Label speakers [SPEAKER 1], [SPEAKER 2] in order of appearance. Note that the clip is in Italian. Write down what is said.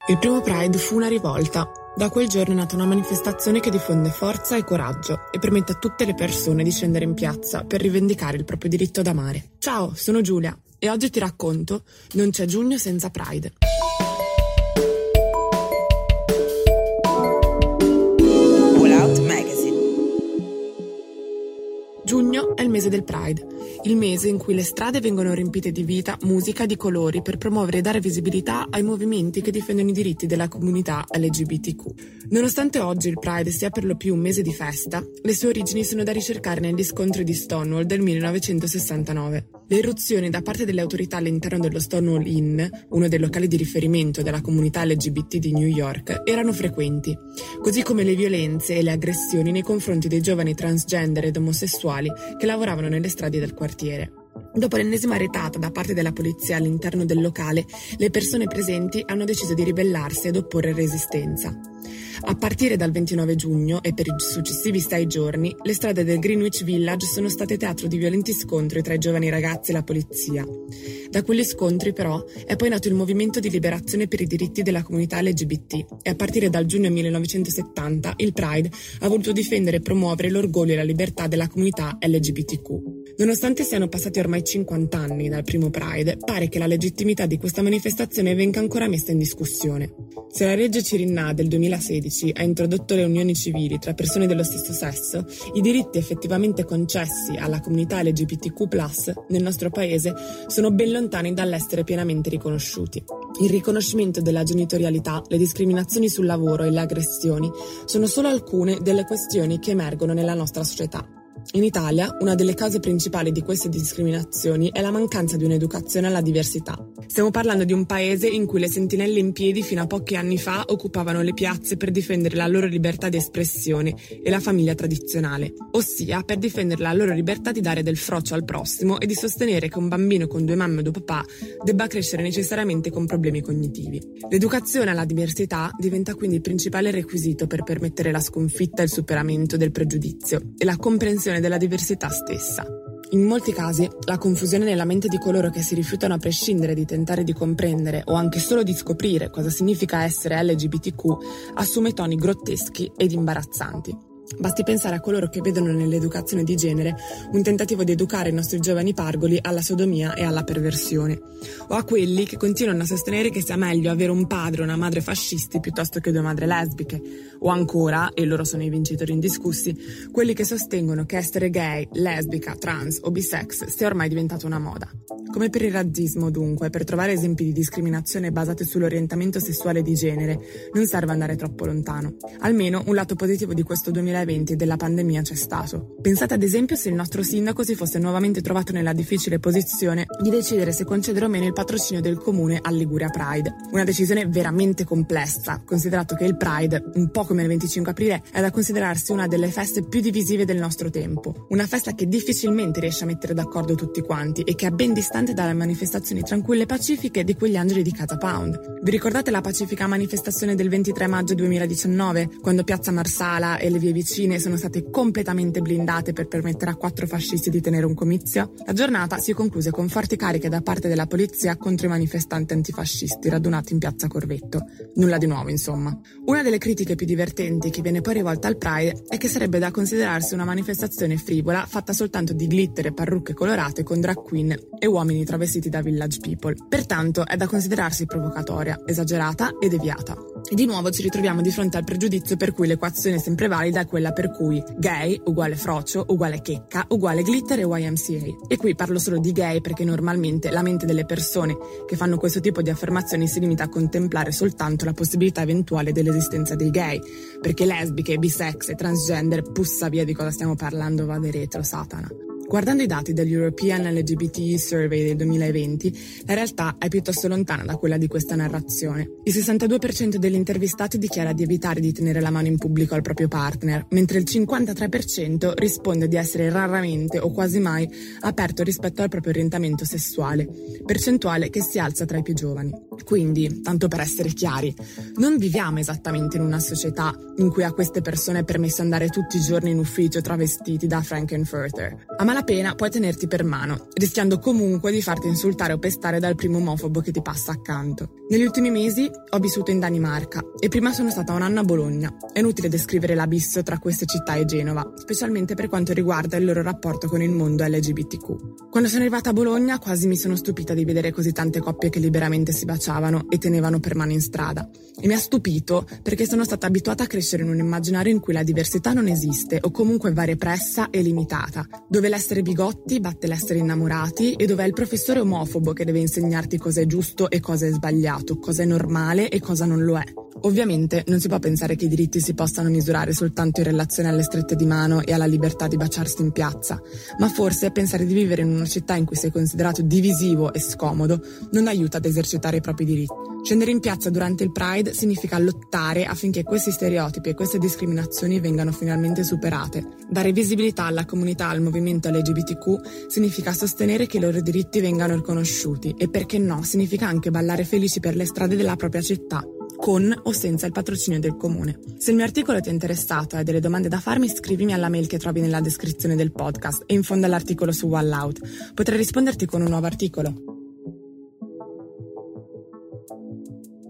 [SPEAKER 1] Il primo Pride fu una rivolta. Da quel giorno è nata una manifestazione che diffonde forza e coraggio e permette a tutte le persone di scendere in piazza per rivendicare il proprio diritto ad amare. Ciao, sono Giulia e oggi ti racconto Non c'è giugno senza Pride. Giugno è il mese del Pride, il mese in cui le strade vengono riempite di vita, musica, di colori per promuovere e dare visibilità ai movimenti che difendono i diritti della comunità LGBTQ. Nonostante oggi il Pride sia per lo più un mese di festa, le sue origini sono da ricercare negli scontri di Stonewall del 1969. Le irruzioni da parte delle autorità all'interno dello Stonewall Inn, uno dei locali di riferimento della comunità LGBT di New York, erano frequenti, così come le violenze e le aggressioni nei confronti dei giovani transgender ed omosessuali che lavoravano nelle strade del quartiere. Dopo l'ennesima retata da parte della polizia all'interno del locale, le persone presenti hanno deciso di ribellarsi ed opporre resistenza. A partire dal 29 giugno e per i successivi 6 giorni, le strade del Greenwich Village sono state teatro di violenti scontri tra i giovani ragazzi e la polizia. Da quegli scontri, però, è poi nato il movimento di liberazione per i diritti della comunità LGBT e a partire dal giugno 1970 il Pride ha voluto difendere e promuovere l'orgoglio e la libertà della comunità LGBTQ. Nonostante siano passati ormai 50 anni dal primo Pride, pare che la legittimità di questa manifestazione venga ancora messa in discussione. Se la legge Cirinnà del 2016 ha introdotto le unioni civili tra persone dello stesso sesso, i diritti effettivamente concessi alla comunità LGBTQ+, nel nostro paese, sono ben lontani dall'essere pienamente riconosciuti. Il riconoscimento della genitorialità, le discriminazioni sul lavoro e le aggressioni sono solo alcune delle questioni che emergono nella nostra società. In Italia, una delle cause principali di queste discriminazioni è la mancanza di un'educazione alla diversità. Stiamo parlando di un paese in cui le sentinelle in piedi fino a pochi anni fa occupavano le piazze per difendere la loro libertà di espressione e la famiglia tradizionale, ossia per difendere la loro libertà di dare del frocio al prossimo e di sostenere che un bambino con 2 mamme o 2 papà debba crescere necessariamente con problemi cognitivi. L'educazione alla diversità diventa quindi il principale requisito per permettere la sconfitta e il superamento del pregiudizio e la comprensione della diversità stessa. In molti casi, la confusione nella mente di coloro che si rifiutano a prescindere di tentare di comprendere o anche solo di scoprire cosa significa essere LGBTQ assume toni grotteschi ed imbarazzanti. Basti pensare a coloro che vedono nell'educazione di genere un tentativo di educare i nostri giovani pargoli alla sodomia e alla perversione, o a quelli che continuano a sostenere che sia meglio avere un padre o una madre fascisti piuttosto che 2 madri lesbiche, o ancora, e loro sono i vincitori indiscussi, quelli che sostengono che essere gay, lesbica, trans o bisex sia ormai diventata una moda. Come per il razzismo, dunque, per trovare esempi di discriminazione basate sull'orientamento sessuale e di genere, non serve andare troppo lontano. Almeno un lato positivo di questo 2020 e della pandemia c'è stato. Pensate ad esempio se il nostro sindaco si fosse nuovamente trovato nella difficile posizione di decidere se concedere o meno il patrocinio del comune al Liguria Pride. Una decisione veramente complessa, considerato che il Pride, un po' come il 25 aprile, è da considerarsi una delle feste più divisive del nostro tempo. Una festa che difficilmente riesce a mettere d'accordo tutti quanti e che è ben distante dalle manifestazioni tranquille e pacifiche di quegli angeli di Casa Pound. Vi ricordate la pacifica manifestazione del 23 maggio 2019, quando Piazza Marsala e le vie vicine sono state completamente blindate per permettere a 4 fascisti di tenere un comizio? La giornata si concluse con forti cariche da parte della polizia contro i manifestanti antifascisti radunati in piazza Corvetto. Nulla di nuovo, insomma. Una delle critiche più divertenti che viene poi rivolta al Pride è che sarebbe da considerarsi una manifestazione frivola fatta soltanto di glitter e parrucche colorate con drag queen e uomini travestiti da village people. Pertanto è da considerarsi provocatoria, esagerata e deviata. E di nuovo ci ritroviamo di fronte al pregiudizio per cui l'equazione sempre valida è quella per cui gay uguale frocio uguale checca uguale glitter e YMCA. E qui parlo solo di gay perché normalmente la mente delle persone che fanno questo tipo di affermazioni si limita a contemplare soltanto la possibilità eventuale dell'esistenza dei gay, perché lesbiche, bisex e transgender, pussa via di cosa stiamo parlando, vade retro, satana. Guardando i dati dell'European LGBT Survey del 2020, la realtà è piuttosto lontana da quella di questa narrazione. Il 62% degli intervistati dichiara di evitare di tenere la mano in pubblico al proprio partner, mentre il 53% risponde di essere raramente o quasi mai aperto rispetto al proprio orientamento sessuale, percentuale che si alza tra i più giovani. Quindi, tanto per essere chiari, non viviamo esattamente in una società in cui a queste persone è permesso andare tutti i giorni in ufficio travestiti da Frankenfurter. A malapena puoi tenerti per mano, rischiando comunque di farti insultare o pestare dal primo omofobo che ti passa accanto. Negli ultimi mesi ho vissuto in Danimarca e prima sono stata un anno a Bologna. È inutile descrivere l'abisso tra queste città e Genova, specialmente per quanto riguarda il loro rapporto con il mondo LGBTQ. Quando sono arrivata a Bologna quasi mi sono stupita di vedere così tante coppie che liberamente si baciavano e tenevano per mano in strada. E mi ha stupito perché sono stata abituata a crescere in un immaginario in cui la diversità non esiste o comunque va repressa e limitata, dove l'essere bigotti batte l'essere innamorati e dove è il professore omofobo che deve insegnarti cosa è giusto e cosa è sbagliato, cosa è normale e cosa non lo è. Ovviamente non si può pensare che i diritti si possano misurare soltanto in relazione alle strette di mano e alla libertà di baciarsi in piazza, ma forse pensare di vivere in una città in cui sei considerato divisivo e scomodo non aiuta ad esercitare i propri diritti. Scendere in piazza durante il Pride significa lottare affinché questi stereotipi e queste discriminazioni vengano finalmente superate. Dare visibilità alla comunità, al movimento LGBTQ, significa sostenere che i loro diritti vengano riconosciuti e, perché no, significa anche ballare felici per le strade della propria città, con o senza il patrocinio del comune. Se il mio articolo ti è interessato e hai delle domande da farmi, scrivimi alla mail che trovi nella descrizione del podcast e in fondo all'articolo su Wall Out. Potrei risponderti con un nuovo articolo.